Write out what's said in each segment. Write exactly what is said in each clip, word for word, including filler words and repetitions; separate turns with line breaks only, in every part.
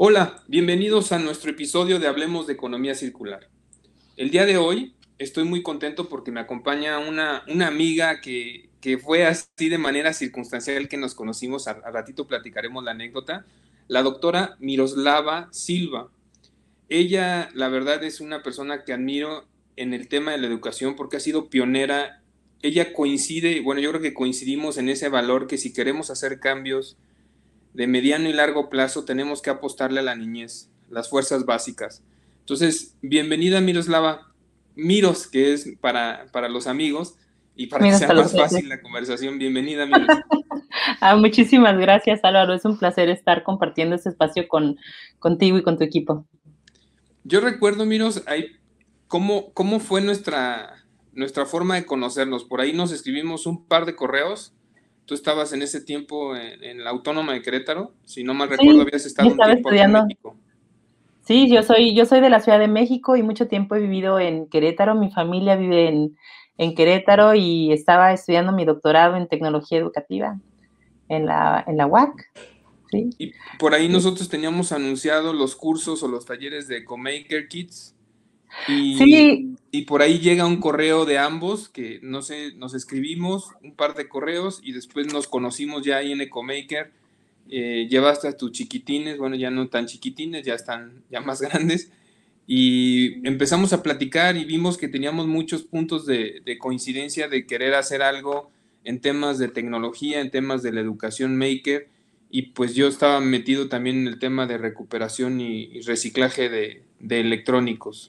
Hola, bienvenidos a nuestro episodio de Hablemos de Economía Circular. El día de hoy estoy muy contento porque me acompaña una, una amiga que, que fue así de manera circunstancial que nos conocimos, a, a ratito platicaremos la anécdota, la doctora Miroslava Silva. Ella, la verdad, es una persona que admiro en el tema de la educación porque ha sido pionera. Ella coincide, bueno, yo creo que coincidimos en ese valor que si queremos hacer cambios de mediano y largo plazo tenemos que apostarle a la niñez, las fuerzas básicas. Entonces, bienvenida Miroslava, Miros, que es para, para los amigos, y para que
Mira,
sea
hasta los
más
peces.
fácil la conversación, bienvenida Miros.
Ah, muchísimas gracias, Álvaro. Es un placer estar compartiendo este espacio con, contigo y con tu equipo.
Yo recuerdo, Miros, ahí, cómo, cómo fue nuestra, nuestra forma de conocernos. Por ahí nos escribimos un par de correos. Tú estabas en ese tiempo en, en la Autónoma de Querétaro, si no mal recuerdo,
Sí,
habías
yo
estado un
estaba
tiempo acá en
estudiando.
México.
Sí, yo soy, yo soy de la Ciudad de México y mucho tiempo he vivido en Querétaro. Mi familia vive en, en Querétaro y estaba estudiando mi doctorado en tecnología educativa en la, en la U A C. Sí,
Y por ahí nosotros teníamos anunciado los cursos o los talleres de EcoMaker Kids y,
sí,
y por ahí llega un correo de ambos que no sé, nos escribimos un par de correos y después nos conocimos ya ahí en EcoMaker. Eh, llevaste a tus chiquitines, bueno, ya no tan chiquitines, ya están ya más grandes y empezamos a platicar y vimos que teníamos muchos puntos de, de coincidencia de querer hacer algo en temas de tecnología, en temas de la educación maker, y pues yo estaba metido también en el tema de recuperación y, y reciclaje de, de electrónicos.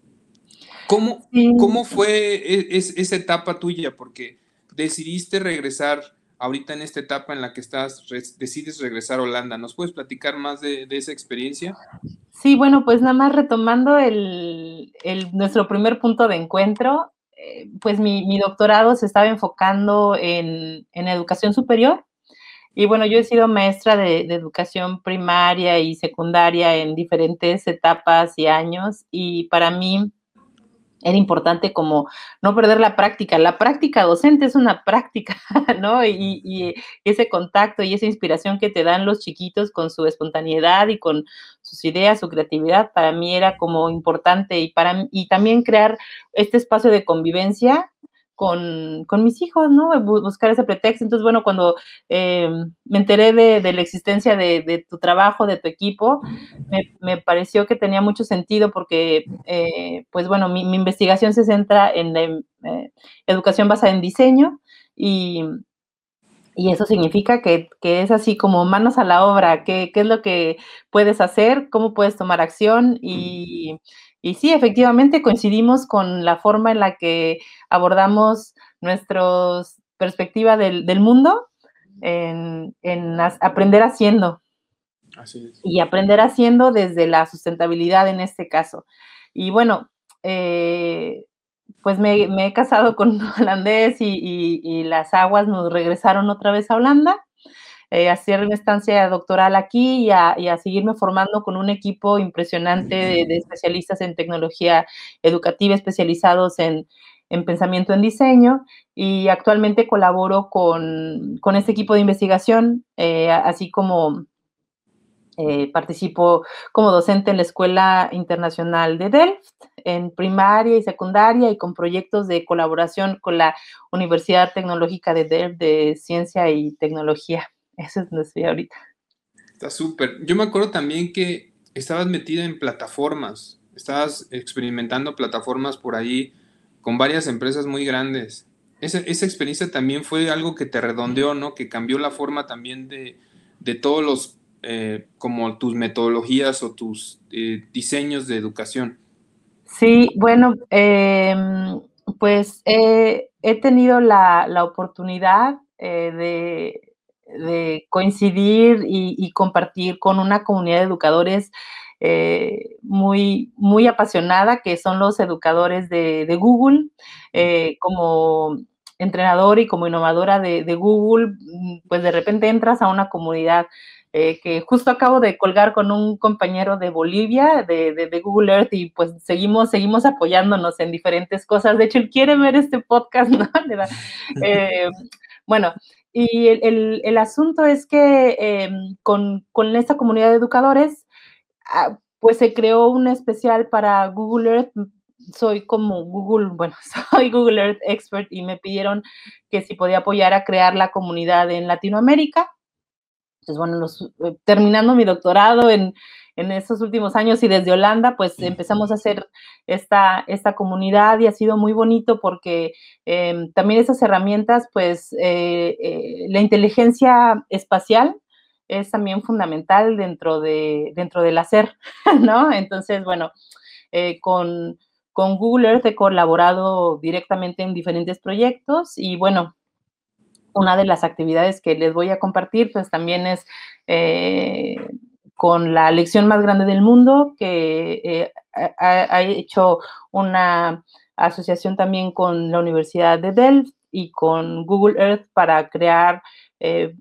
¿Cómo,
sí.
cómo fue e- es- esa etapa tuya? Porque decidiste regresar ahorita en esta etapa en la que estás, re- decides regresar a Holanda. ¿Nos puedes platicar más de, de esa experiencia?
Sí, bueno, pues nada más retomando el, el, nuestro primer punto de encuentro, eh, pues mi, mi, doctorado se estaba enfocando en, en educación superior y bueno, yo he sido maestra de, de educación primaria y secundaria en diferentes etapas y años y para mí era importante como no perder la práctica. La práctica docente es una práctica, ¿no? Y, y, ese contacto y esa inspiración que te dan los chiquitos con su espontaneidad y con sus ideas, su creatividad, para mí era como importante y, para, y también crear este espacio de convivencia con, con mis hijos, ¿no? Buscar ese pretexto. Entonces, bueno, cuando eh, me enteré de, de la existencia de, de, tu trabajo, de tu equipo, me, me, pareció que tenía mucho sentido porque, eh, pues bueno, mi, mi, investigación se centra en la eh, educación basada en diseño y, y eso significa que, que, es así como manos a la obra, qué, qué es lo que puedes hacer, cómo puedes tomar acción y, y sí, efectivamente coincidimos con la forma en la que abordamos nuestra perspectiva del, del mundo en, en aprender haciendo.
Así es.
Y aprender haciendo desde la sustentabilidad en este caso. Y bueno, eh, pues me, me, he casado con un holandés y, y, y, las aguas nos regresaron otra vez a Holanda, eh, a hacer una estancia doctoral aquí y a, y a, seguirme formando con un equipo impresionante de, de especialistas en tecnología educativa, especializados en, en pensamiento en diseño, y actualmente colaboro con, con este equipo de investigación, eh, así como Eh, participo como docente en la Escuela Internacional de Delft, en primaria y secundaria, y con proyectos de colaboración con la Universidad Tecnológica de Delft de Ciencia y Tecnología. Eso es donde estoy ahorita.
Está súper. Yo me acuerdo también que estabas metida en plataformas, estabas experimentando plataformas por ahí con varias empresas muy grandes. Esa, esa experiencia también fue algo que te redondeó, ¿no? Que cambió la forma también de, de todos los, eh, como tus metodologías o tus eh, diseños de educación.
Sí, bueno, eh, pues eh, he tenido la, la oportunidad eh, de, de, coincidir y, y, compartir con una comunidad de educadores eh, muy, muy apasionada, que son los educadores de, de Google. Eh, como entrenadora y como innovadora de, de Google, pues de repente entras a una comunidad Eh, que justo acabo de colgar con un compañero de Bolivia, de, de, de, Google Earth, y pues seguimos, seguimos apoyándonos en diferentes cosas. De hecho, él quiere ver este podcast, ¿no? Eh, bueno, y el, el, el, asunto es que eh, con, con esta comunidad de educadores ah, pues se creó un especial para Google Earth. Soy como Google, bueno, soy Google Earth Expert y me pidieron que si podía apoyar a crear la comunidad en Latinoamérica. Entonces, bueno, los, eh, terminando mi doctorado en, en estos últimos años y desde Holanda, pues empezamos a hacer esta, esta comunidad y ha sido muy bonito porque eh, también esas herramientas, pues eh, eh, la inteligencia espacial es también fundamental dentro, de, dentro del hacer, ¿no? Entonces, bueno, eh, con, con Google Earth he colaborado directamente en diferentes proyectos y bueno, una de las actividades que les voy a compartir, pues también es eh, con la lección más grande del mundo, que eh, ha, ha, hecho una asociación también con la Universidad de Delft y con Google Earth para crear, eh,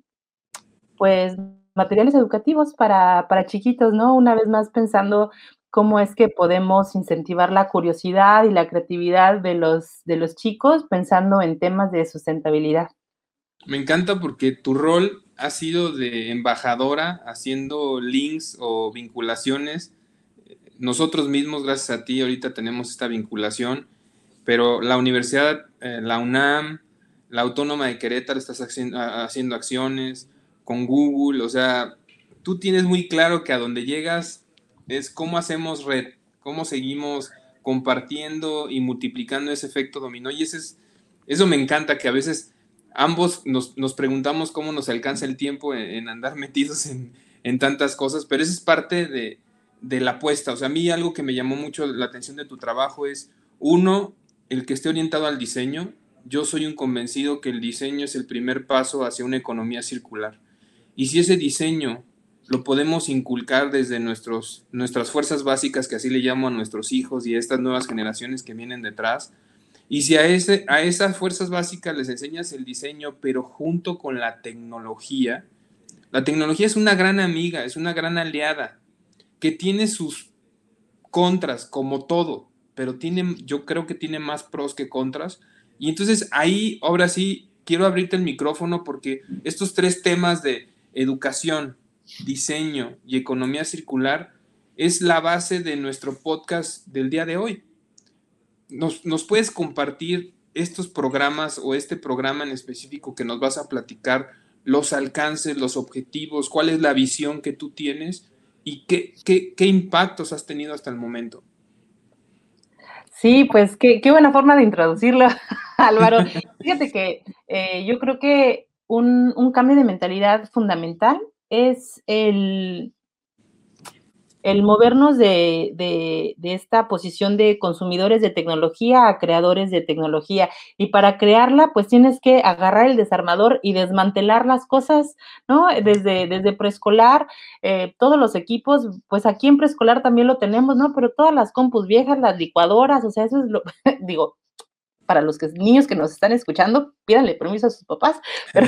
pues, materiales educativos para, para chiquitos, ¿no? Una vez más pensando cómo es que podemos incentivar la curiosidad y la creatividad de los, de los chicos pensando en temas de sustentabilidad.
Me encanta porque tu rol ha sido de embajadora, haciendo links o vinculaciones. Nosotros mismos, gracias a ti, ahorita tenemos esta vinculación, pero la universidad, eh, la UNAM, la Autónoma de Querétaro, estás haciendo, haciendo acciones con Google, o sea, tú tienes muy claro que a donde llegas es cómo hacemos red, cómo seguimos compartiendo y multiplicando ese efecto dominó, y ese es, eso me encanta, que a veces ambos nos, nos preguntamos cómo nos alcanza el tiempo en, en andar metidos en, en tantas cosas, pero eso es parte de, de la apuesta. O sea, a mí algo que me llamó mucho la atención de tu trabajo es, uno, el que esté orientado al diseño. Yo soy un convencido que el diseño es el primer paso hacia una economía circular. Y si ese diseño lo podemos inculcar desde nuestros, nuestras fuerzas básicas, que así le llamo a nuestros hijos y a estas nuevas generaciones que vienen detrás, y si a, ese, a esas fuerzas básicas les enseñas el diseño, pero junto con la tecnología, la tecnología es una gran amiga, es una gran aliada, que tiene sus contras, como todo, pero tiene, yo creo que tiene más pros que contras. Y entonces ahí, ahora sí, quiero abrirte el micrófono porque estos tres temas de educación, diseño y economía circular es la base de nuestro podcast del día de hoy. ¿Nos, nos puedes compartir estos programas o este programa en específico que nos vas a platicar, los alcances, los objetivos, cuál es la visión que tú tienes y qué, qué, qué impactos has tenido hasta el momento?
Sí, pues qué, qué buena forma de introducirlo, Álvaro. Fíjate que eh, yo creo que un, un cambio de mentalidad fundamental es el, el movernos de, de, de esta posición de consumidores de tecnología a creadores de tecnología. Y para crearla, pues tienes que agarrar el desarmador y desmantelar las cosas, ¿no? Desde, desde preescolar, eh, todos los equipos, pues aquí en preescolar también lo tenemos, ¿no? Pero todas las compus viejas, las licuadoras, o sea, eso es lo, digo, para los que, niños que nos están escuchando, pídanle permiso a sus papás, pero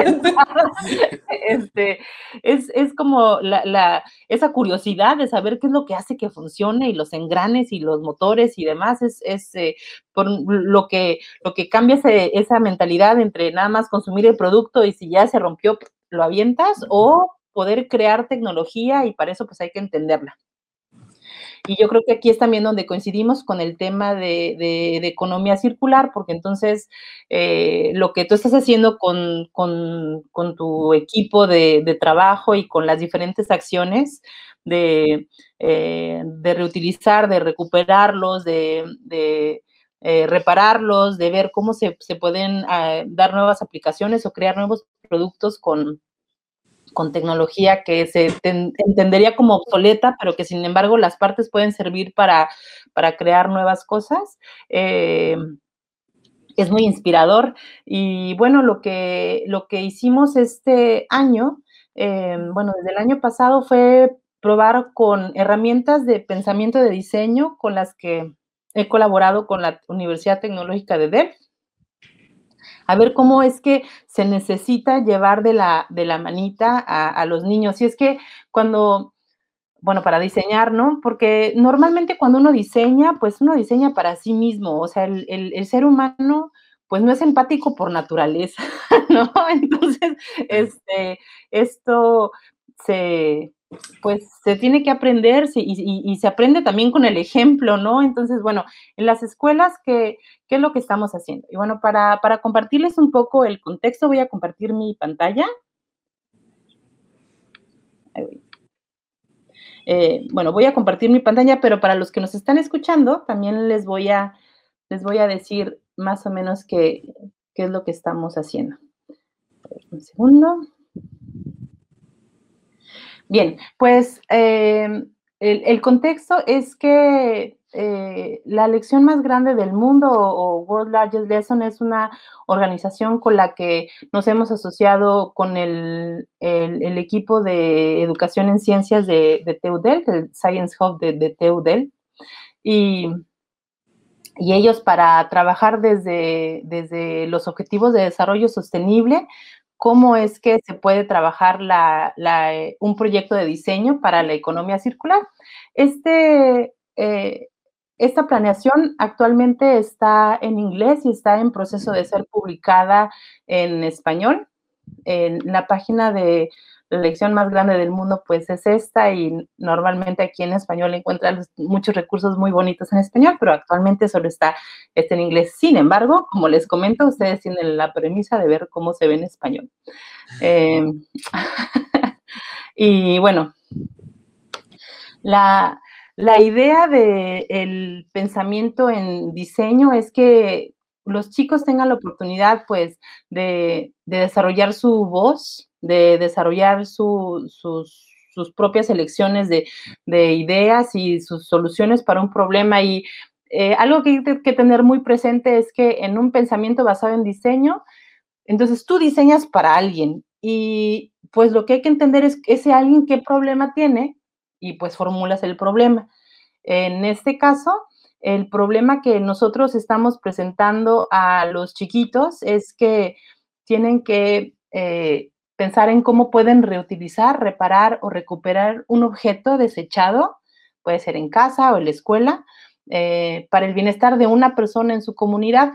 este, es, es como la, la, esa curiosidad de saber qué es lo que hace que funcione y los engranes y los motores y demás, es, es eh, por lo que, lo que cambia ese, esa mentalidad entre nada más consumir el producto y si ya se rompió, lo avientas, o poder crear tecnología y para eso pues hay que entenderla. Y yo creo que aquí es también donde coincidimos con el tema de, de, de economía circular, porque entonces eh, lo que tú estás haciendo con, con, con tu equipo de, de, trabajo y con las diferentes acciones de, eh, de reutilizar, de recuperarlos, de, de eh, repararlos, de ver cómo se, se pueden eh, dar nuevas aplicaciones o crear nuevos productos con, con tecnología que se ten, entendería como obsoleta, pero que sin embargo las partes pueden servir para, para crear nuevas cosas. Eh, es muy inspirador. Y bueno, lo que, lo que hicimos este año, eh, bueno, desde el año pasado fue probar con herramientas de pensamiento de diseño con las que he colaborado con la Universidad Tecnológica de Delft, a ver cómo es que se necesita llevar de la, de la manita a, a los niños. Y es que cuando, bueno, para diseñar, ¿no? Porque normalmente cuando uno diseña, pues uno diseña para sí mismo, o sea, el, el, el ser humano pues no es empático por naturaleza, ¿no? Entonces, este, esto se, pues se tiene que aprender sí, y, y, y, se aprende también con el ejemplo, ¿no? Entonces, bueno, en las escuelas, ¿qué, qué es lo que estamos haciendo? Y bueno, para, para compartirles un poco el contexto, voy a compartir mi pantalla. Eh, bueno, voy a compartir mi pantalla, pero para los que nos están escuchando, también les voy a, les voy a decir más o menos qué, qué es lo que estamos haciendo. Un segundo. Bien, pues eh, el, el, contexto es que eh, la lección más grande del mundo o, o World Largest Lesson es una organización con la que nos hemos asociado con el, el, el equipo de educación en ciencias de, de T U D E L, el Science Hub de, de T U D E L, y, y ellos para trabajar desde, desde los objetivos de desarrollo sostenible, cómo es que se puede trabajar la, la, un proyecto de diseño para la economía circular. Este, eh, esta planeación actualmente está en inglés y está en proceso de ser publicada en español. En la página de la lección más grande del mundo, pues es esta, y normalmente aquí en español encuentran muchos recursos muy bonitos en español, pero actualmente solo está este en inglés. Sin embargo, como les comento, ustedes tienen la premisa de ver cómo se ve en español. Eh, y bueno, la, la idea del pensamiento en diseño es que los chicos tengan la oportunidad, pues, de, de desarrollar su voz, de desarrollar su, sus, sus propias elecciones de, de ideas y sus soluciones para un problema. Y eh, algo que hay que tener muy presente es que en un pensamiento basado en diseño, entonces tú diseñas para alguien y pues lo que hay que entender es ese alguien qué problema tiene y pues formulas el problema. En este caso, el problema que nosotros estamos presentando a los chiquitos es que tienen que eh, pensar en cómo pueden reutilizar, reparar o recuperar un objeto desechado, puede ser en casa o en la escuela, eh, para el bienestar de una persona en su comunidad.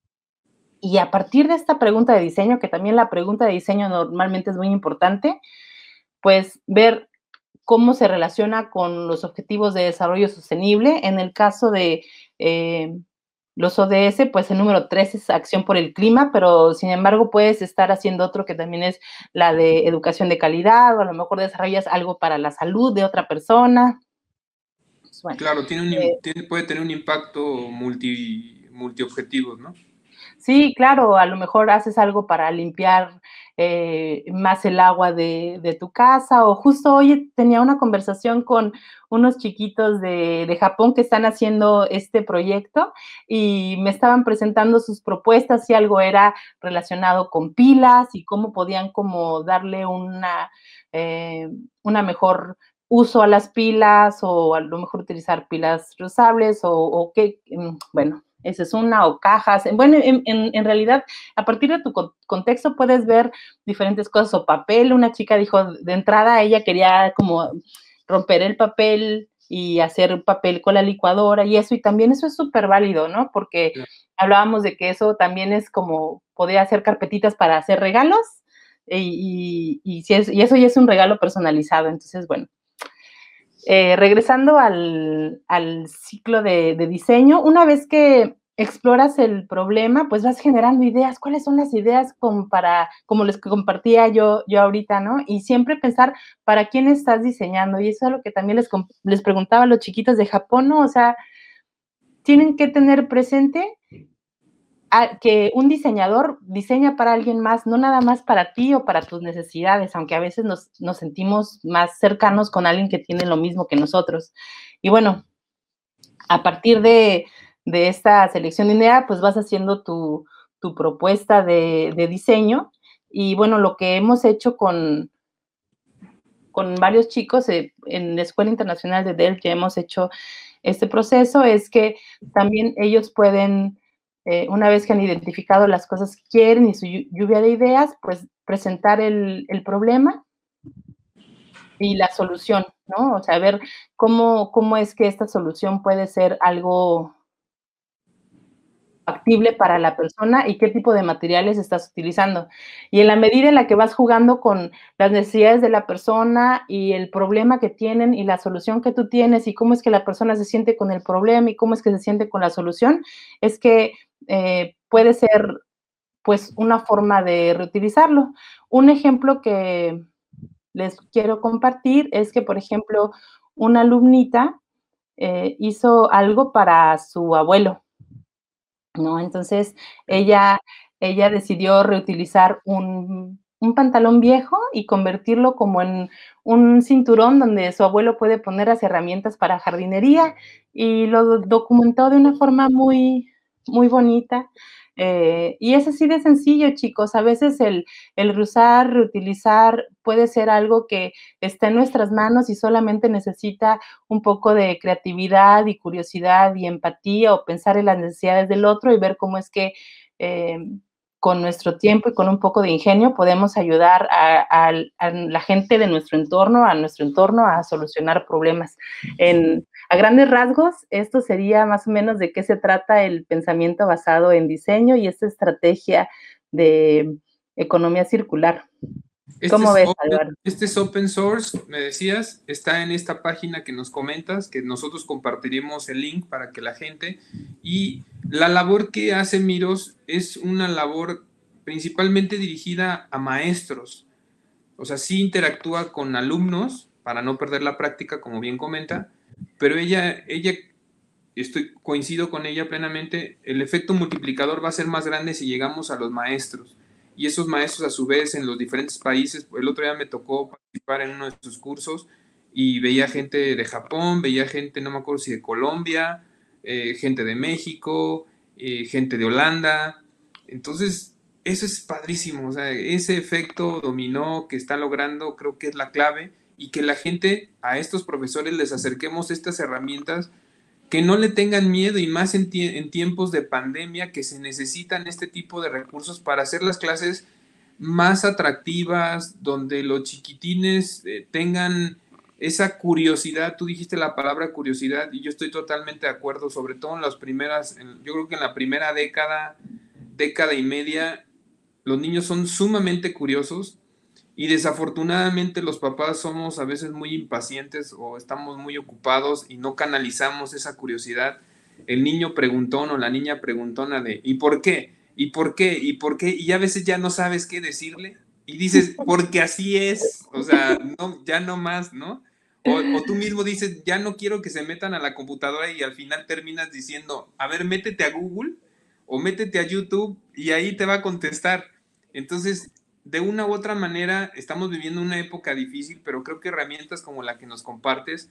Y a partir de esta pregunta de diseño, que también la pregunta de diseño normalmente es muy importante, pues ver cómo se relaciona con los objetivos de desarrollo sostenible. En el caso de eh, los O D S, pues el número tres es acción por el clima, pero sin embargo puedes estar haciendo otro que también es la de educación de calidad, o a lo mejor desarrollas algo para la salud de otra persona.
Pues bueno, claro, tiene un, eh, tiene, puede tener un impacto multi, multiobjetivos, ¿no?
Sí, claro, a lo mejor haces algo para limpiar eh, más el agua de, de, tu casa, o justo hoy tenía una conversación con unos chiquitos de, de Japón que están haciendo este proyecto y me estaban presentando sus propuestas y algo era relacionado con pilas y cómo podían como darle una, eh, una mejor uso a las pilas, o a lo mejor utilizar pilas reusables, o, o qué, bueno, esa es una, o cajas. Bueno, en, en, en realidad, a partir de tu contexto puedes ver diferentes cosas, o papel. Una chica dijo, de entrada, ella quería como romper el papel y hacer papel con la licuadora y eso, y también eso es súper válido, ¿no? Porque sí, hablábamos de que eso también es como, podía hacer carpetitas para hacer regalos, y, y, y, si es, y eso ya es un regalo personalizado. Entonces, bueno, Eh, regresando al, al ciclo de, de diseño, una vez que exploras el problema, pues vas generando ideas. ¿Cuáles son las ideas como para, como les compartía yo, yo ahorita, ¿no? Y siempre pensar para quién estás diseñando. Y eso es lo que también les, les preguntaba a los chiquitos de Japón, ¿no? O sea, tienen que tener presente a, que un diseñador diseña para alguien más, no nada más para ti o para tus necesidades, aunque a veces nos, nos sentimos más cercanos con alguien que tiene lo mismo que nosotros. Y bueno, a partir de, de esta selección de idea, pues vas haciendo tu, tu propuesta de, de diseño. Y bueno, lo que hemos hecho con, con varios chicos eh, en la Escuela Internacional de D E L, que hemos hecho este proceso, es que también ellos pueden, eh, una vez que han identificado las cosas que quieren y su lluvia de ideas, pues presentar el, el problema y la solución, ¿no? O sea, ver cómo, cómo es que esta solución puede ser algo factible para la persona y qué tipo de materiales estás utilizando. Y en la medida en la que vas jugando con las necesidades de la persona y el problema que tienen y la solución que tú tienes y cómo es que la persona se siente con el problema y cómo es que se siente con la solución, es que eh, puede ser pues una forma de reutilizarlo. Un ejemplo que les quiero compartir es que, por ejemplo, una alumnita eh, hizo algo para su abuelo, ¿no? Entonces, ella, ella decidió reutilizar un, un pantalón viejo y convertirlo como en un cinturón donde su abuelo puede poner las herramientas para jardinería y lo documentó de una forma muy, muy bonita. Eh, y es así de sencillo, chicos. A veces el, el reusar, reutilizar puede ser algo que está en nuestras manos y solamente necesita un poco de creatividad y curiosidad y empatía o pensar en las necesidades del otro y ver cómo es que eh, con nuestro tiempo y con un poco de ingenio podemos ayudar a, a, a la gente de nuestro entorno, a nuestro entorno a solucionar problemas. En, a grandes rasgos, esto sería más o menos de qué se trata el pensamiento basado en diseño y esta estrategia de economía circular.
Este
¿Cómo
es,
ves,
open,
Álvaro?
este es open source, me decías, está en esta página que nos comentas, que nosotros compartiremos el link para que la gente, y la labor que hace Miros es una labor principalmente dirigida a maestros, o sea, sí interactúa con alumnos para no perder la práctica, como bien comenta, pero ella, ella, estoy coincido con ella plenamente, el efecto multiplicador va a ser más grande si llegamos a los maestros. Y esos maestros a su vez en los diferentes países, el otro día me tocó participar en uno de sus cursos y veía gente de Japón, veía gente, no me acuerdo si de Colombia, eh, gente de México, eh, gente de Holanda. Entonces, eso es padrísimo, o sea, ese efecto dominó que está logrando creo que es la clave y que la gente, a estos profesores les acerquemos estas herramientas que no le tengan miedo y más en, tie en, tiempos de pandemia que se necesitan este tipo de recursos para hacer las clases más atractivas, donde los chiquitines eh, tengan esa curiosidad. Tú dijiste la palabra curiosidad y yo estoy totalmente de acuerdo, sobre todo en las primeras, en, yo creo que en la primera década, década y media, los niños son sumamente curiosos. Y desafortunadamente los papás somos a veces muy impacientes o estamos muy ocupados y no canalizamos esa curiosidad. El niño preguntón o la niña preguntona de ¿y por qué? ¿Y por qué? ¿Y por qué? Y a veces ya no sabes qué decirle y dices, porque así es, o sea, no, ya no más, ¿no? O, o tú mismo dices, ya no quiero que se metan a la computadora y al final terminas diciendo, a ver, métete a Google o métete a YouTube y ahí te va a contestar. Entonces, de una u otra manera estamos viviendo una época difícil, pero creo que herramientas como la que nos compartes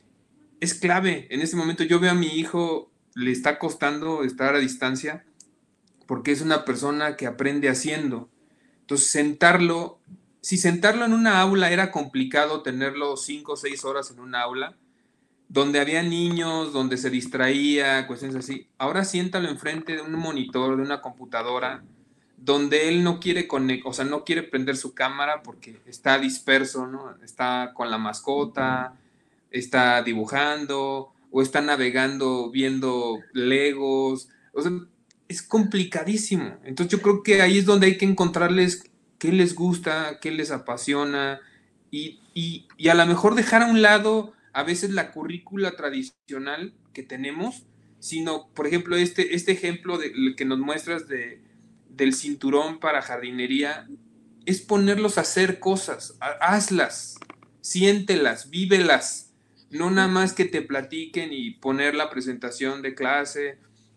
es clave. En este momento yo veo a mi hijo, le está costando estar a distancia porque es una persona que aprende haciendo. Entonces, sentarlo, si sentarlo en una aula era complicado tenerlo cinco o seis horas en una aula, donde había niños, donde se distraía, cuestiones así. Ahora siéntalo enfrente de un monitor, de una computadora, donde él no quiere conectar, o sea, no quiere prender su cámara porque está disperso, ¿no? Está con la mascota, está dibujando, o está navegando viendo Legos, o sea, es complicadísimo. Entonces yo creo que ahí es donde hay que encontrarles qué les gusta, qué les apasiona, y, y, y a lo mejor dejar a un lado a veces la currícula tradicional que tenemos, sino, por ejemplo, este, este ejemplo de, que nos muestras de, del cinturón para jardinería, es ponerlos a hacer cosas, hazlas, siéntelas, vívelas, no nada más que te platiquen y poner la presentación de clase.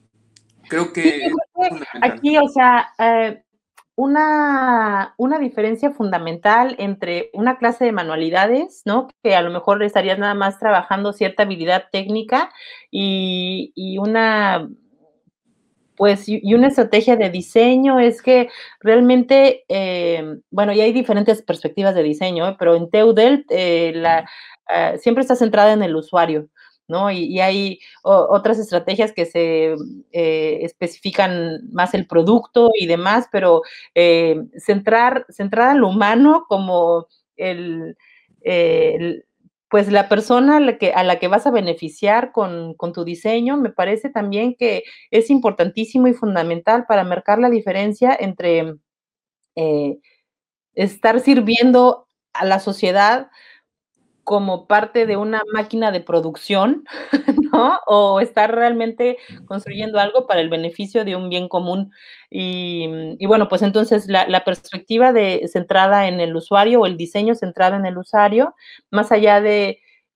Creo que
sí,
es fundamental.
aquí, o sea, eh, una, una diferencia fundamental entre una clase de manualidades, ¿no? Que a lo mejor estarías nada más trabajando cierta habilidad técnica y, y una pues, y, y una estrategia de diseño es que realmente, eh, bueno, y hay diferentes perspectivas de diseño, ¿eh? Pero en Teudel eh, la, uh, siempre está centrada en el usuario, ¿no? Y, y hay o, otras estrategias que se eh, especifican más el producto y demás, pero eh, centrar, centrar a lo humano como el, el pues la persona a la que, a la que vas a beneficiar con, con tu diseño, me parece también que es importantísimo y fundamental para marcar la diferencia entre eh, estar sirviendo a la sociedad como parte de una máquina de producción, ¿no? O estar realmente construyendo algo para el beneficio de un bien común. Y, y bueno, pues entonces la, la perspectiva de, centrada en el usuario o el diseño centrado en el usuario, más allá de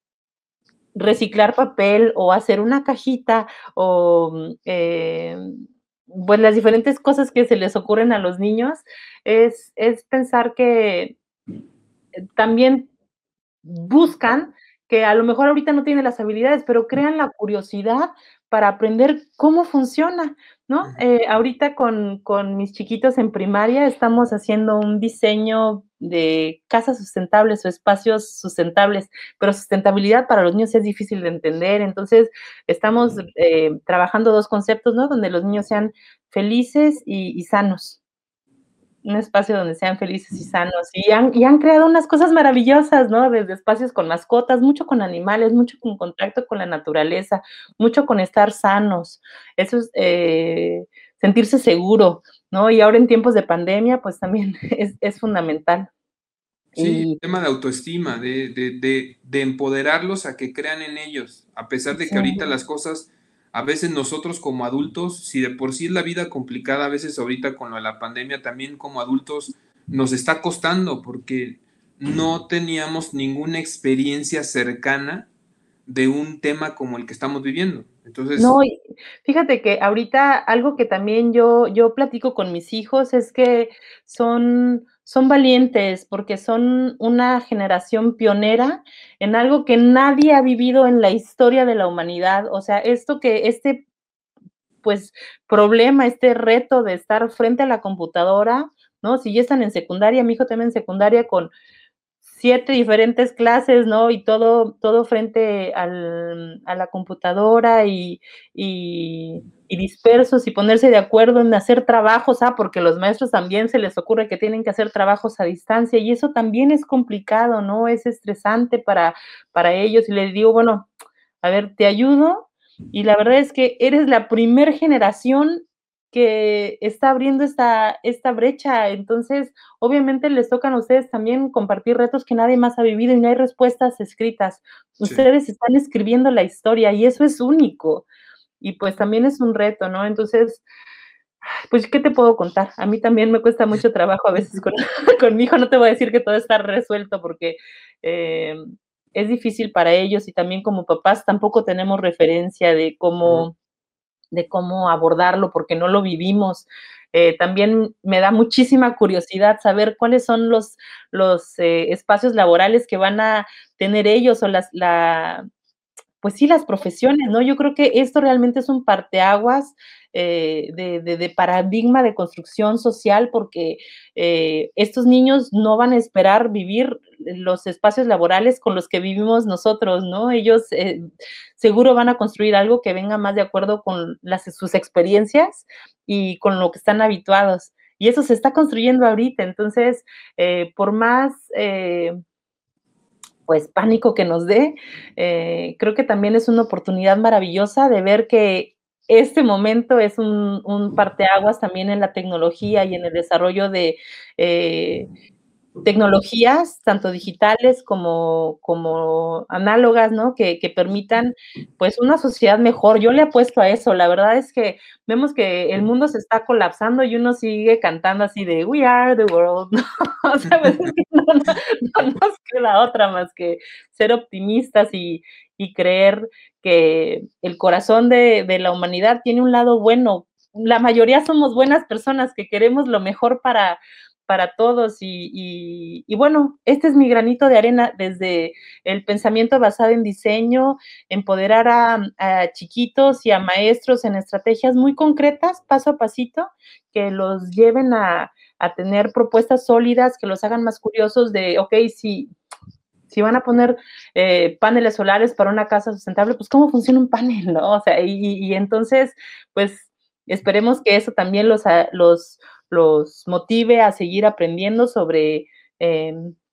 reciclar papel o hacer una cajita o eh, pues las diferentes cosas que se les ocurren a los niños, es, es pensar que también buscan que a lo mejor ahorita no tienen las habilidades, pero crean la curiosidad para aprender cómo funciona, ¿no? Eh, ahorita con, con mis chiquitos en primaria estamos haciendo un diseño de casas sustentables o espacios sustentables, pero sustentabilidad para los niños es difícil de entender, entonces estamos eh, trabajando dos conceptos, ¿no? Donde los niños sean felices y, y sanos. Un espacio donde sean felices y sanos, y han, y han creado unas cosas maravillosas, ¿no? Desde espacios con mascotas, mucho con animales, mucho con contacto con la naturaleza, mucho con estar sanos, eso es eh, sentirse seguro, ¿no? Y ahora en tiempos de pandemia, pues también es, es fundamental.
Sí,
Y,
el tema de autoestima, de, de, de, de empoderarlos a que crean en ellos, a pesar de que
sí.
ahorita las cosas, a veces nosotros como adultos, si de por sí es la vida complicada, a veces ahorita con lo de la pandemia también como adultos nos está costando porque no teníamos ninguna experiencia cercana de un tema como el que estamos viviendo.
No,
Entonces,
y fíjate que ahorita algo que también yo yo platico con mis hijos es que son son valientes, porque son una generación pionera en algo que nadie ha vivido en la historia de la humanidad. O sea, esto que este, pues, problema, este reto de estar frente a la computadora, ¿no? Si ya están en secundaria, mi hijo también en secundaria con siete diferentes clases, ¿no? Y todo, todo frente al, a la computadora y, y, y, dispersos y ponerse de acuerdo en hacer trabajos, ¿ah? Porque los maestros también se les ocurre que tienen que hacer trabajos a distancia y eso también es complicado, ¿no? Es estresante para, para ellos y les digo, bueno, a ver, te ayudo y la verdad es que eres la primer generación que está abriendo esta, esta brecha, entonces obviamente les tocan a ustedes también compartir retos que nadie más ha vivido y no hay respuestas escritas.
sí.
Ustedes están escribiendo la historia y eso es único. Y pues también es un reto, ¿no? Entonces, pues, ¿qué te puedo contar? A mí también me cuesta mucho trabajo a veces con, con mi hijo. No te voy a decir que todo está resuelto porque eh, es difícil para ellos y también como papás tampoco tenemos referencia de cómo, de cómo abordarlo porque no lo vivimos. Eh, también me da muchísima curiosidad saber cuáles son los, los eh, espacios laborales que van a tener ellos o las, la, pues sí, las profesiones, ¿no? Yo creo que esto realmente es un parteaguas eh, de, de, de, paradigma de construcción social porque eh, estos niños no van a esperar vivir los espacios laborales con los que vivimos nosotros, ¿no? Ellos eh, seguro van a construir algo que venga más de acuerdo con las, sus experiencias y con lo que están habituados. Y eso se está construyendo ahorita, entonces, eh, por más... Eh, pues pánico que nos dé, eh, creo que también es una oportunidad maravillosa de ver que este momento es un, un parteaguas también en la tecnología y en el desarrollo de eh, tecnologías, tanto digitales como, como análogas, ¿no? Que, que permitan, pues, una sociedad mejor. Yo le apuesto a eso. La verdad es que vemos que el mundo se está colapsando y uno sigue cantando así de We are the world, ¿no? O sea, pues es que no, no, no nos queda otra más que ser optimistas y, y creer que el corazón de, de la humanidad tiene un lado bueno. La mayoría somos buenas personas que queremos lo mejor para para todos y, y, y, bueno, este es mi granito de arena desde el pensamiento basado en diseño, empoderar a, a chiquitos y a maestros en estrategias muy concretas, paso a pasito, que los lleven a, a tener propuestas sólidas, que los hagan más curiosos de, ok, si, si van a poner eh, paneles solares para una casa sustentable, pues cómo funciona un panel, ¿no? O sea, y, y entonces, pues esperemos que eso también los, los, los motive a seguir aprendiendo sobre eh,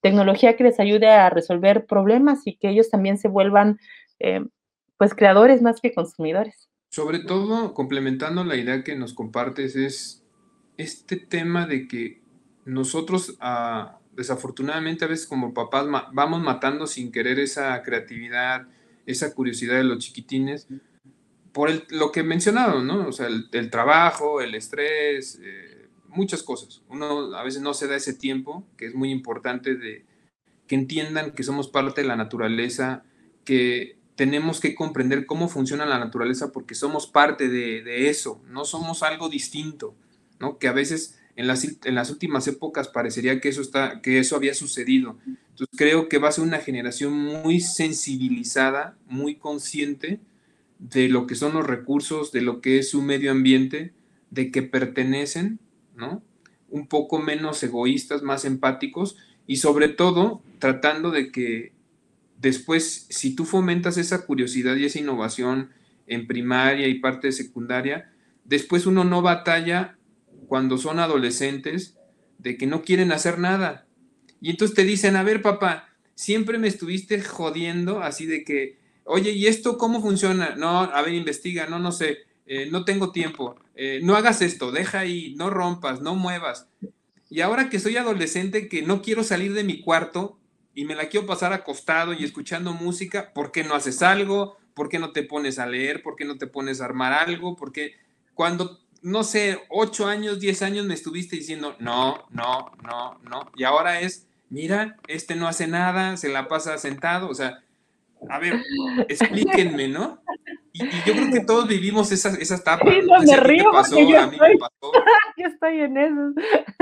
tecnología que les ayude a resolver problemas y que ellos también se vuelvan, eh, pues, creadores más que consumidores.
Sobre todo, complementando la idea que nos compartes, es este tema de que nosotros, ah, desafortunadamente, a veces como papás ma vamos matando sin querer esa creatividad, esa curiosidad de los chiquitines, por el lo que mencionaron, ¿no? O sea, el el trabajo, el estrés, eh, muchas cosas. Uno a veces no se da ese tiempo, que es muy importante de que entiendan que somos parte de la naturaleza, que tenemos que comprender cómo funciona la naturaleza porque somos parte de, de eso, no somos algo distinto, ¿no? Que a veces en las, en las últimas épocas parecería que eso, está, que eso había sucedido. Entonces creo que va a ser una generación muy sensibilizada, muy consciente de lo que son los recursos, de lo que es su medio ambiente, de que pertenecen, ¿no? Un poco menos egoístas, más empáticos y sobre todo tratando de que después, si tú fomentas esa curiosidad y esa innovación en primaria y parte de secundaria, después uno no batalla cuando son adolescentes de que no quieren hacer nada. Y entonces te dicen, a ver, papá, siempre me estuviste jodiendo así de que, oye, ¿y esto cómo funciona? No, a ver, investiga, no, no sé, eh, no tengo tiempo, eh, no hagas esto, deja ahí, no rompas, no muevas. Y ahora que soy adolescente, que no quiero salir de mi cuarto y me la quiero pasar acostado y escuchando música, ¿por qué no haces algo? ¿Por qué no te pones a leer? ¿Por qué no te pones a armar algo? Porque cuando, no sé, ocho años, diez años me estuviste diciendo, no, no, no, no. Y ahora es, mira, este no hace nada, se la pasa sentado. O sea, a ver, explíquenme, ¿no? Y, y yo creo que todos vivimos esa, esa etapa.
Sí,
No
no,
sé si
me
a ti te
río porque
pasó,
yo
a mí me
estoy,
pasó.
yo estoy en eso.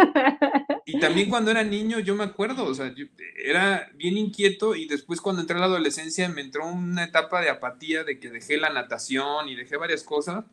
Y también cuando era niño, yo me acuerdo, o sea, yo era bien inquieto y después cuando entré a la adolescencia me entró una etapa de apatía, de que dejé la natación y dejé varias cosas.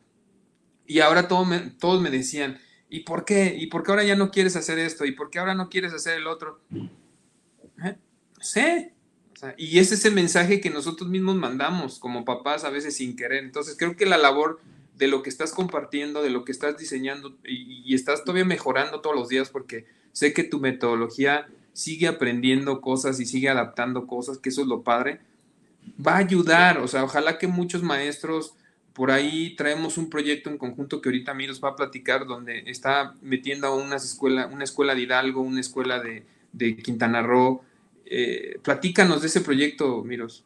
Y ahora todo me, todos me decían, ¿y por qué? ¿Y por qué ahora ya no quieres hacer esto? ¿Y por qué ahora no quieres hacer el otro? ¿Eh? No sé. O sea, y ese es el mensaje que nosotros mismos mandamos como papás a veces sin querer. Entonces creo que la labor de lo que estás compartiendo, de lo que estás diseñando y, y estás todavía mejorando todos los días porque sé que tu metodología sigue aprendiendo cosas y sigue adaptando cosas, que eso es lo padre, va a ayudar. O sea, ojalá que muchos maestros, por ahí traemos un proyecto en conjunto que ahorita Miros va a platicar, donde está metiendo a unas escuela, una escuela de Hidalgo, una escuela de, de Quintana Roo. Eh, platícanos de ese proyecto, Miros.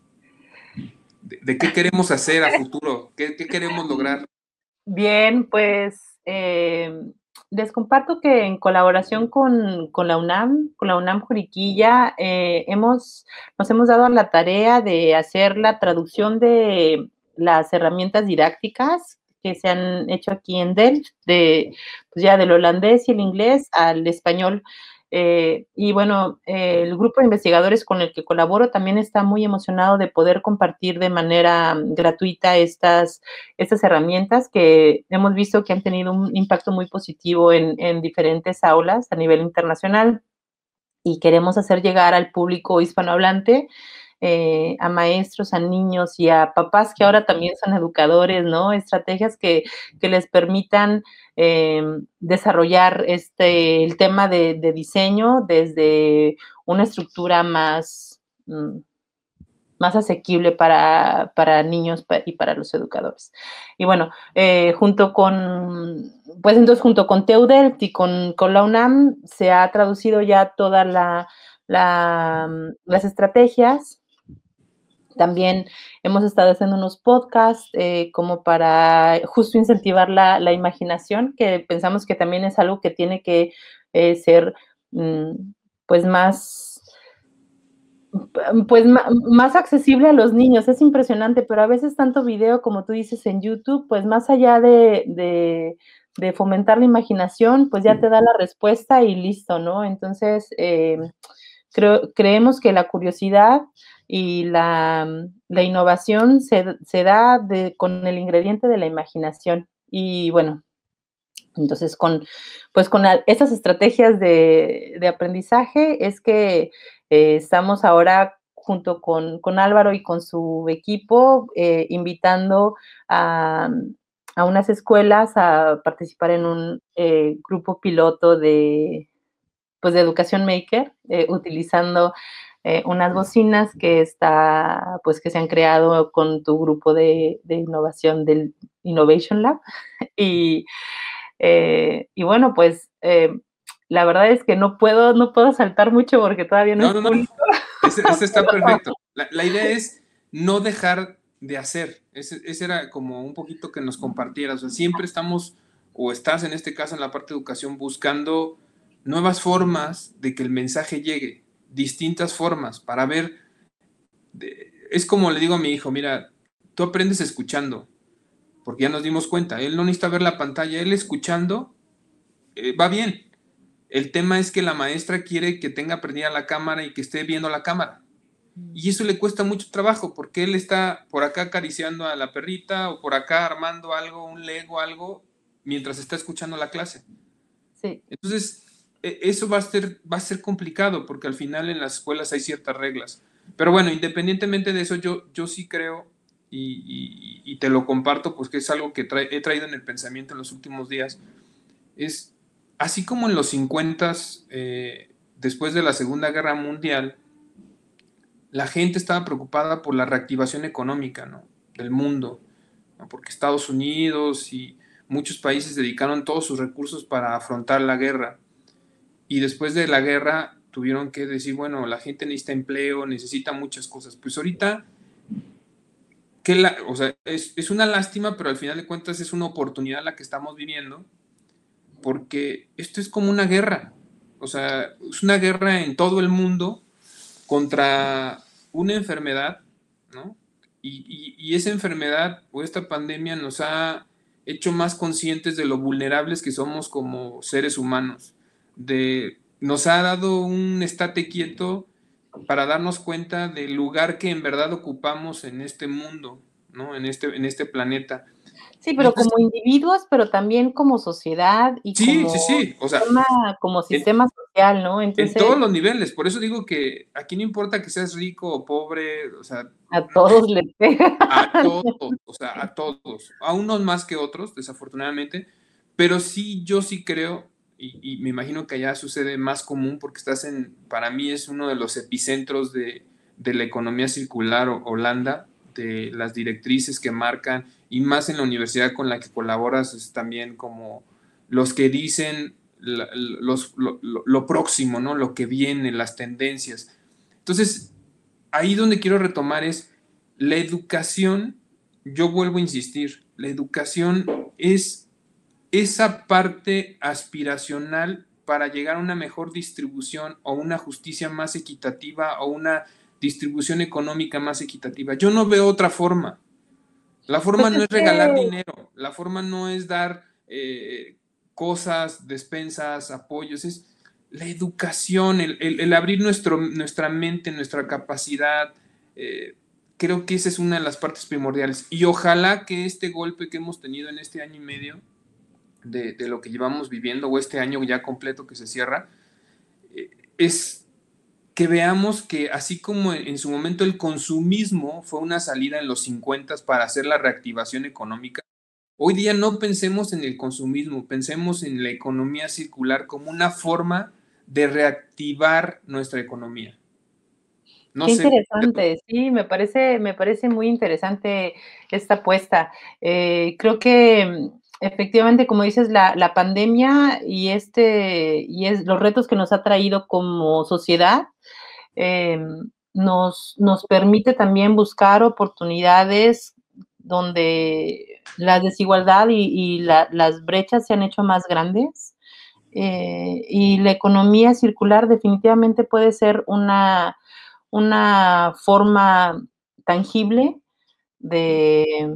¿De, de qué queremos hacer a futuro? ¿Qué, qué queremos lograr?
Bien, pues eh, les comparto que en colaboración con, con la UNAM, con la UNAM Juriquilla, eh, hemos, nos hemos dado a la tarea de hacer la traducción de las herramientas didácticas que se han hecho aquí en Delft, de, pues ya del holandés y el inglés al español. Eh, y bueno, eh, el grupo de investigadores con el que colaboro también está muy emocionado de poder compartir de manera gratuita estas, estas herramientas que hemos visto que han tenido un impacto muy positivo en, en diferentes aulas a nivel internacional y queremos hacer llegar al público hispanohablante, eh, a maestros, a niños y a papás que ahora también son educadores, ¿no? Estrategias que, que les permitan eh, desarrollar este, el tema de, de, diseño desde una estructura más, mm, más asequible para, para niños y para los educadores. Y bueno, eh, junto con, pues entonces junto con TEUDELFT y con, con la UNAM se ha traducido ya todas la, la, las estrategias. También hemos estado haciendo unos podcasts eh, como para justo incentivar la, la, imaginación, que pensamos que también es algo que tiene que eh, ser mmm, pues más, pues más accesible a los niños. Es impresionante, pero a veces tanto video como tú dices en YouTube, pues más allá de, de, de fomentar la imaginación, pues ya te da la respuesta y listo, ¿no? Entonces, eh, creo, creemos que la curiosidad y la, la innovación se, se da de, con el ingrediente de la imaginación. Y bueno, entonces con, pues con estas estrategias de, de aprendizaje es que eh, estamos ahora junto con, con Álvaro y con su equipo eh, invitando a, a unas escuelas a participar en un eh, grupo piloto de pues de educación maker, eh, utilizando eh, unas bocinas que está, pues que se han creado con tu grupo de, de innovación del Innovation Lab. Y, eh, y bueno, pues eh, la verdad es que no puedo, no puedo saltar mucho porque todavía no,
No,
es
no, no.
público.
Ese, ese está perfecto. La, la, idea es no dejar de hacer. Ese, ese era como un poquito que nos compartieras. O sea, siempre estamos, o estás en este caso en la parte de educación, buscando nuevas formas de que el mensaje llegue, distintas formas para ver. De, es como le digo a mi hijo, mira, tú aprendes escuchando, porque ya nos dimos cuenta, él no necesita ver la pantalla, él escuchando eh, va bien. El tema es que la maestra quiere que tenga prendida la cámara y que esté viendo la cámara. Y eso le cuesta mucho trabajo porque él está por acá acariciando a la perrita o por acá armando algo, un Lego, algo, mientras está escuchando la clase.
Sí.
Entonces, eso va a ser, va a ser complicado porque al final en las escuelas hay ciertas reglas. Pero bueno, independientemente de eso, yo, yo sí creo y, y, y te lo comparto, pues que es algo que trae, he traído en el pensamiento en los últimos días. Es así como en los cincuenta, eh, después de la Segunda Guerra Mundial, la gente estaba preocupada por la reactivación económica, ¿no?, del mundo, ¿no?, porque Estados Unidos y muchos países dedicaron todos sus recursos para afrontar la guerra. Y después de la guerra tuvieron que decir, bueno, la gente necesita empleo, necesita muchas cosas. Pues ahorita, que la, o sea, es, es una lástima, pero al final de cuentas es una oportunidad la que estamos viviendo, porque esto es como una guerra. O sea, es una guerra en todo el mundo contra una enfermedad, ¿no? Y, y, y esa enfermedad o esta pandemia nos ha hecho más conscientes de lo vulnerables que somos como seres humanos. De, nos ha dado un estate quieto para darnos cuenta del lugar que en verdad ocupamos en este mundo, ¿no?, en este, en este planeta.
Sí, pero
Entonces,
como individuos, pero también como sociedad y
sí, sí,
como
sí, o sea,
sistema, como
en,
sistema social, ¿no?
en
Entonces,
todos los niveles. Por eso digo que aquí no importa que seas rico o pobre, o sea,
a todos les pega.
a todos, o sea, a todos, a unos más que otros, desafortunadamente, pero sí, yo sí creo, y, y me imagino que allá sucede más común porque estás en, para mí es uno de los epicentros de, de la economía circular, o Holanda, de las directrices que marcan, y más en la universidad con la que colaboras, es también como los que dicen la, los, lo, lo, lo próximo, ¿no?, lo que viene, las tendencias. Entonces, ahí donde quiero retomar es la educación. Yo vuelvo a insistir, la educación es esa parte aspiracional para llegar a una mejor distribución o una justicia más equitativa o una distribución económica más equitativa. Yo no veo otra forma. La forma
Pues
no
es
es regalar
que
dinero, la forma no es dar eh, cosas, despensas, apoyos, es la educación, el, el, el abrir nuestro, nuestra mente, nuestra capacidad. Eh, creo que esa es una de las partes primordiales. Y ojalá que este golpe que hemos tenido en este año y medio de, de lo que llevamos viviendo, o este año ya completo que se cierra, eh, es que veamos que así como en, en su momento el consumismo fue una salida en los cincuenta para hacer la reactivación económica, hoy día no pensemos en el consumismo, pensemos en la economía circular como una forma de reactivar nuestra economía. No
qué
sé.
interesante, sí, me parece me parece muy interesante esta apuesta. Eh, creo que, efectivamente, como dices, la la pandemia y este y es los retos que nos ha traído como sociedad, em, nos nos permite también buscar oportunidades donde la desigualdad y y la las brechas se han hecho más grandes, eh, y la economía circular definitivamente puede ser una una forma tangible de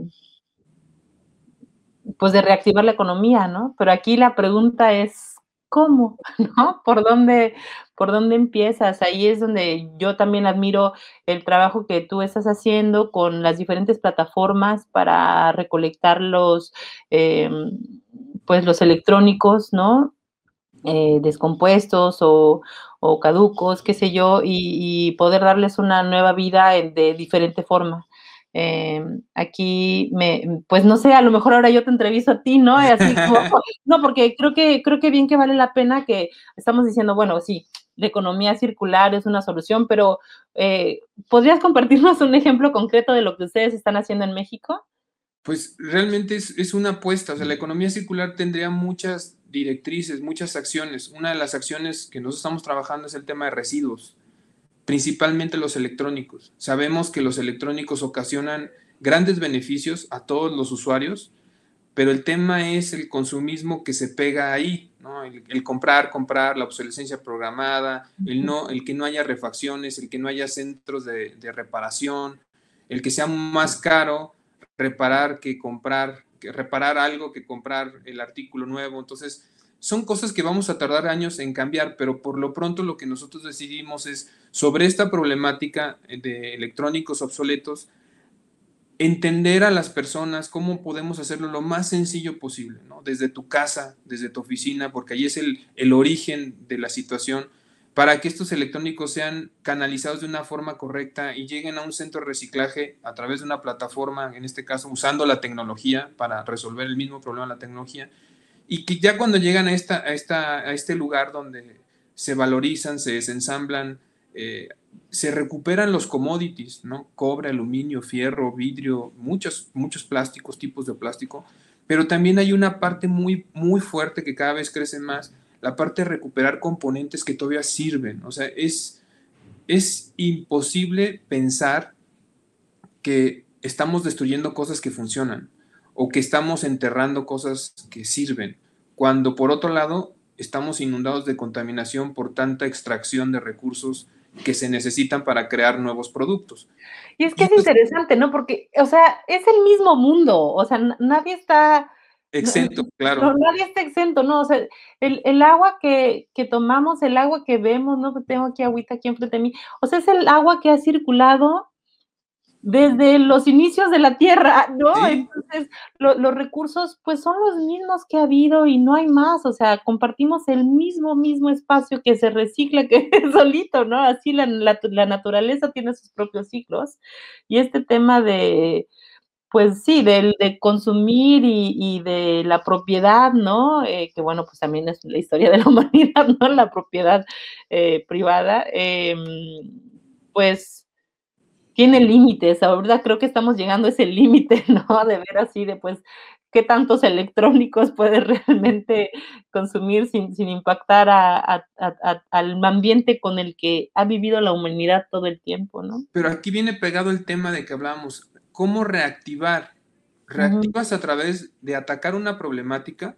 pues, de reactivar la economía, ¿no? Pero aquí la pregunta es, ¿cómo? ¿No? ¿Por dónde por dónde empiezas? Ahí es donde yo también admiro el trabajo que tú estás haciendo con las diferentes plataformas para recolectar los, em, pues, los electrónicos, ¿no?, eh, descompuestos o o caducos, qué sé yo, y y poder darles una nueva vida, eh, de diferente forma. Eh, aquí me, pues no sé, a lo mejor ahora yo te entrevisto a ti, ¿no? Así como, no, porque creo que, creo que bien que vale la pena que estamos diciendo, bueno, sí, la economía circular es una solución, pero eh, ¿podrías compartirnos un ejemplo concreto de lo que ustedes están haciendo en México?
Pues realmente es, es una apuesta, o sea, la economía circular tendría muchas directrices, muchas acciones. Una de las acciones que nosotros estamos trabajando es el tema de residuos, principalmente los electrónicos. Sabemos que los electrónicos ocasionan grandes beneficios a todos los usuarios, pero el tema es el consumismo que se pega ahí, ¿no? El, el comprar, comprar, la obsolescencia programada, el, no, el que no haya refacciones, el que no haya centros de, de reparación, el que sea más caro reparar que comprar, que reparar algo que comprar el artículo nuevo. Entonces, son cosas que vamos a tardar años en cambiar, pero por lo pronto lo que nosotros decidimos es sobre esta problemática de electrónicos obsoletos, entender a las personas cómo podemos hacerlo lo más sencillo posible, ¿no? Desde tu casa, desde tu oficina, porque ahí es el, el origen de la situación, para que estos electrónicos sean canalizados de una forma correcta y lleguen a un centro de reciclaje a través de una plataforma, en este caso usando la tecnología para resolver el mismo problema de la tecnología, y que ya cuando llegan a, esta, a, esta, a este lugar donde se valorizan, se desensamblan, eh, se recuperan los commodities, ¿no? Cobre, aluminio, fierro, vidrio, muchos, muchos plásticos, tipos de plástico, pero también hay una parte muy, muy fuerte que cada vez crece más, la parte de recuperar componentes que todavía sirven. O sea, es, es imposible pensar que estamos destruyendo cosas que funcionan o que estamos enterrando cosas que sirven, cuando por otro lado estamos inundados de contaminación por tanta extracción de recursos que se necesitan para crear nuevos productos.
Y es que
Y
es
esto
interesante, ¿no? Porque, o sea, es el mismo mundo, o sea, nadie está, no,
exento,
no,
claro.
nadie está exento, ¿no? O sea, el, el agua que, que, tomamos, el agua que vemos, ¿no? Tengo aquí agüita aquí enfrente de mí, o sea, es el agua que ha circulado desde los inicios de la Tierra, ¿no?
Sí,
Entonces, lo, los recursos, pues, son los mismos que ha habido y no hay más, o sea, compartimos el mismo, mismo espacio que se recicla, que es solito, ¿no? Así la, la, la naturaleza tiene sus propios ciclos, y este tema de, pues sí, de, de consumir y, y, de la propiedad, ¿no? Eh, que bueno, pues también es la historia de la humanidad, ¿no? La propiedad eh, privada, eh, pues tiene límites, ahorita creo que estamos llegando a ese límite, ¿no? De ver así, de pues, qué tantos electrónicos puedes realmente consumir sin, sin impactar a, a, a, al ambiente con el que ha vivido la humanidad todo el tiempo, ¿no?
pero aquí viene pegado el tema de que hablamos, ¿cómo reactivar? Reactivas a través de atacar una problemática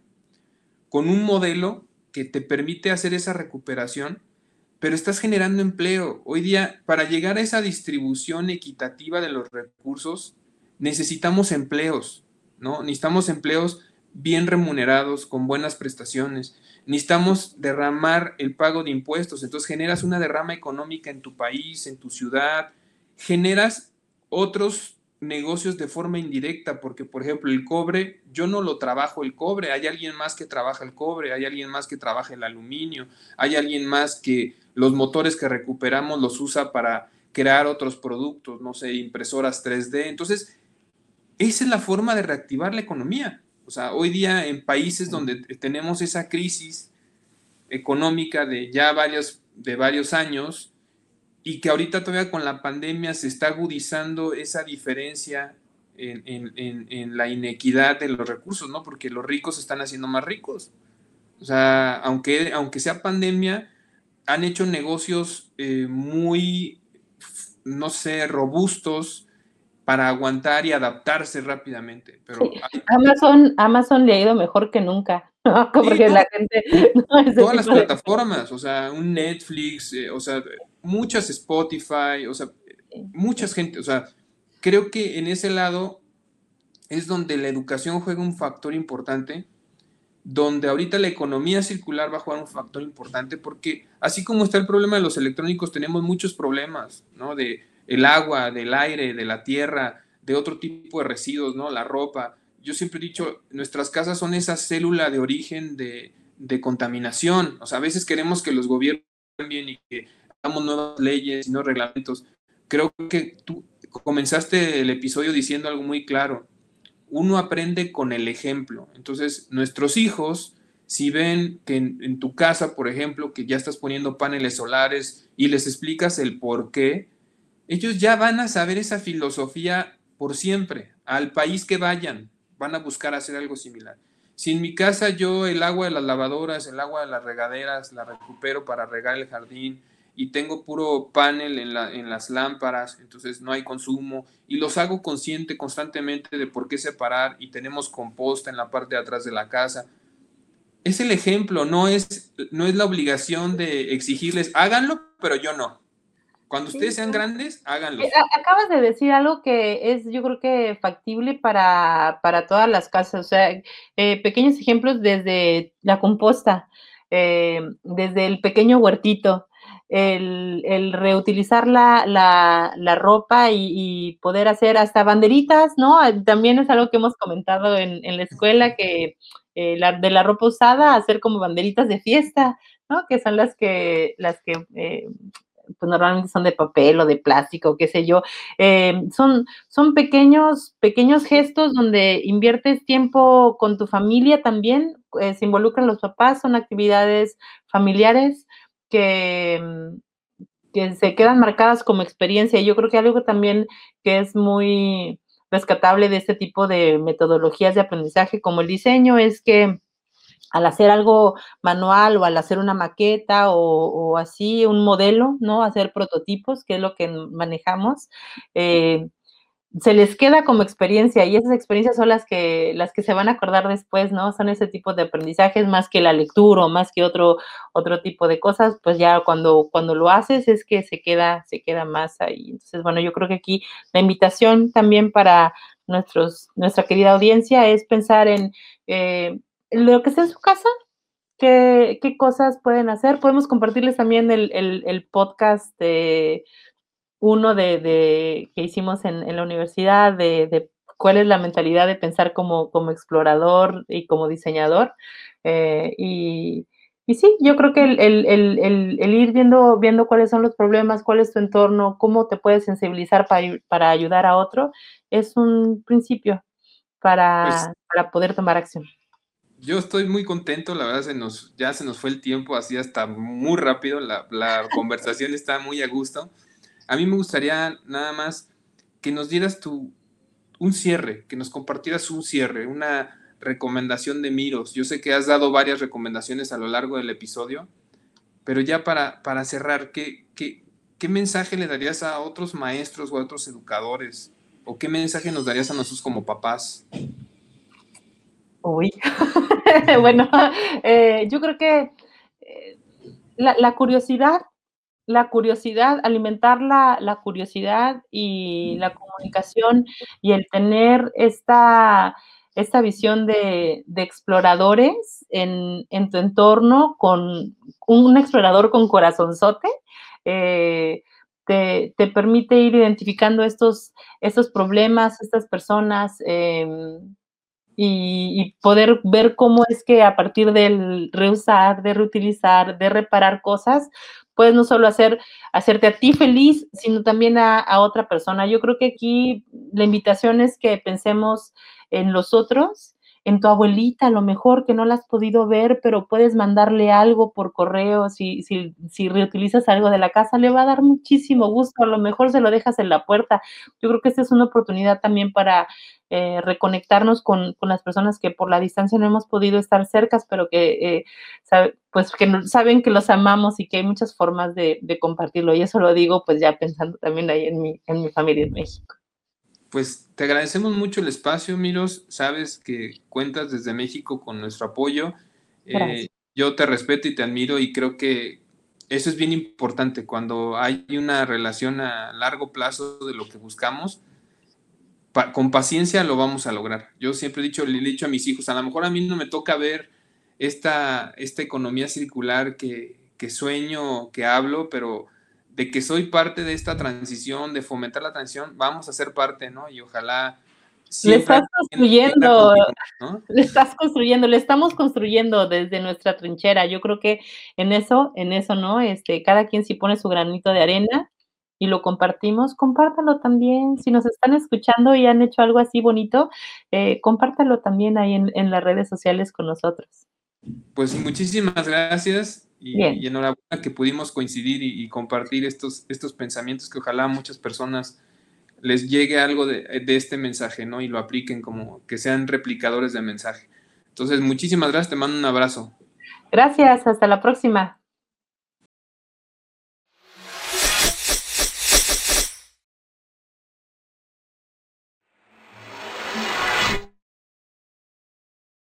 con un modelo que te permite hacer esa recuperación, pero estás generando empleo. Hoy día, para llegar a esa distribución equitativa de los recursos, necesitamos empleos, ¿no? Necesitamos empleos bien remunerados, con buenas prestaciones. Necesitamos derramar el pago de impuestos. Entonces generas una derrama económica en tu país, en tu ciudad, generas otros negocios de forma indirecta, porque por ejemplo el cobre, yo no lo trabajo el cobre, hay alguien más que trabaja el cobre, hay alguien más que trabaja el aluminio, hay alguien más que los motores que recuperamos los usa para crear otros productos, no sé, impresoras tres D. Entonces, esa es la forma de reactivar la economía. O sea, hoy día en países donde tenemos esa crisis económica de ya varios, de varios años, y que ahorita todavía con la pandemia se está agudizando esa diferencia en, en, en, en, la inequidad de los recursos, ¿no? Porque los ricos se están haciendo más ricos. O sea, aunque, aunque sea pandemia, han hecho negocios eh, muy, no sé, robustos para aguantar y adaptarse rápidamente.
Sí.
Pero hay,
Amazon, Amazon le ha ido mejor que nunca, ¿no?
sí,
Porque
no,
la gente, no, ese
todas las
tipo de...
plataformas, o sea, un Netflix, eh, o sea, muchas Spotify, o sea, muchas gente, o sea, creo que en ese lado es donde la educación juega un factor importante, donde ahorita la economía circular va a jugar un factor importante, porque así como está el problema de los electrónicos, tenemos muchos problemas, ¿no? De el agua, del aire, de la tierra, de otro tipo de residuos, ¿no? La ropa. Yo siempre he dicho, nuestras casas son esa célula de origen de, de contaminación. O sea, a veces queremos que los gobiernos cambien y que hagamos nuevas leyes y nuevos reglamentos. Creo que tú, comenzaste el episodio diciendo algo muy claro. Uno aprende con el ejemplo. Entonces, nuestros hijos, si ven que en, en tu casa, por ejemplo, que ya estás poniendo paneles solares y les explicas el por qué, ellos ya van a saber esa filosofía por siempre. Al país que vayan, van a buscar hacer algo similar. Si en mi casa yo el agua de las lavadoras, el agua de las regaderas, la recupero para regar el jardín y tengo puro panel en, la, en las lámparas, entonces no hay consumo y los hago consciente constantemente de por qué separar y tenemos composta en la parte de atrás de la casa. Es el ejemplo, no es, no es la obligación de exigirles, háganlo, pero yo no. Cuando ustedes sean grandes, háganlo.
Acabas de decir algo que es, yo creo que factible para, para todas las casas. O sea, eh, pequeños ejemplos desde la composta, eh, desde el pequeño huertito, el, el reutilizar la, la, la ropa y, y poder hacer hasta banderitas, ¿no? También es algo que hemos comentado en, en la escuela, que eh, la, de la ropa usada, hacer como banderitas de fiesta, ¿no? Que son las que, las que eh, pues normalmente son de papel o de plástico, qué sé yo. Eh, son, son pequeños, pequeños gestos donde inviertes tiempo con tu familia también, eh, se involucran los papás, son actividades familiares que, que se quedan marcadas como experiencia. Yo creo que algo también que es muy rescatable de este tipo de metodologías de aprendizaje como el diseño es que al hacer algo manual o al hacer una maqueta o, o así, un modelo, ¿no? Hacer prototipos, que es lo que manejamos, eh, se les queda como experiencia y esas experiencias son las que, las que se van a acordar después, ¿no? Son ese tipo de aprendizajes más que la lectura o más que otro, otro tipo de cosas, pues ya cuando, cuando lo haces es que se queda, se queda más ahí. Entonces, bueno, yo creo que aquí la invitación también para nuestros, nuestra querida audiencia es pensar en eh, lo que está en su casa, qué, qué cosas pueden hacer. Podemos compartirles también el, el, el podcast de uno de, de que hicimos en, en la universidad de, de, cuál es la mentalidad de pensar como, como explorador y como diseñador. Eh, y, y sí, yo creo que el, el, el, el, ir viendo, viendo cuáles son los problemas, cuál es tu entorno, cómo te puedes sensibilizar para, para ayudar a otro, es un principio para, pues, para poder tomar acción.
Yo estoy muy contento, la verdad se nos, ya se nos fue el tiempo así hasta muy rápido, la, la conversación está muy a gusto. A mí me gustaría nada más que nos dieras tu, un cierre, que nos compartieras un cierre, una recomendación de Miros. Yo sé que has dado varias recomendaciones a lo largo del episodio, pero ya para, para cerrar, ¿qué, qué, ¿qué mensaje le darías a otros maestros o a otros educadores? ¿O qué mensaje nos darías a nosotros como papás?
Uy, bueno, eh, yo creo que eh, la, la, curiosidad, la curiosidad, alimentar la, la, curiosidad y la comunicación y el tener esta, esta visión de, de exploradores en, en, tu entorno, con un explorador con corazonzote, eh, te, te, permite ir identificando estos, estos problemas, estas personas, eh, Y, y poder ver cómo es que a partir del reusar, de reutilizar, de reparar cosas, puedes no solo hacer, hacerte a ti feliz, sino también a, a otra persona. Yo creo que aquí la invitación es que pensemos en los otros, en tu abuelita, a lo mejor que no la has podido ver, pero puedes mandarle algo por correo, si, si, si reutilizas algo de la casa, le va a dar muchísimo gusto, a lo mejor se lo dejas en la puerta. Yo creo que esta es una oportunidad también para eh, reconectarnos con, con las personas que por la distancia no hemos podido estar cercas, pero que, eh, sabe, pues que no, saben que los amamos y que hay muchas formas de, de compartirlo, y eso lo digo pues ya pensando también ahí en mi, en mi familia en México.
Pues te agradecemos mucho el espacio, Miros. Sabes que cuentas desde México con nuestro apoyo. Eh, yo te respeto y te admiro y creo que eso es bien importante. Cuando hay una relación a largo plazo de lo que buscamos, pa con paciencia lo vamos a lograr. Yo siempre he dicho, le he dicho a mis hijos, a lo mejor a mí no me toca ver esta, esta economía circular que, que sueño, que hablo, pero de que soy parte de esta transición, de fomentar la transición, vamos a ser parte, ¿no? Y ojalá siempre...
Le estás construyendo, conmigo, ¿no? Le estás construyendo, le estamos construyendo desde nuestra trinchera. Yo creo que en eso, en eso, ¿no? Este, cada quien sí pone su granito de arena y lo compartimos, compártalo también. Si nos están escuchando y han hecho algo así bonito, eh, compártalo también ahí en, en las redes sociales con nosotros.
Pues muchísimas gracias y,
Bien.
y enhorabuena que pudimos coincidir y, y compartir estos, estos pensamientos que ojalá a muchas personas les llegue algo de, de este mensaje, ¿no? Y lo apliquen como que sean replicadores de mensaje. Entonces, muchísimas gracias, te mando un abrazo.
Gracias, hasta la próxima.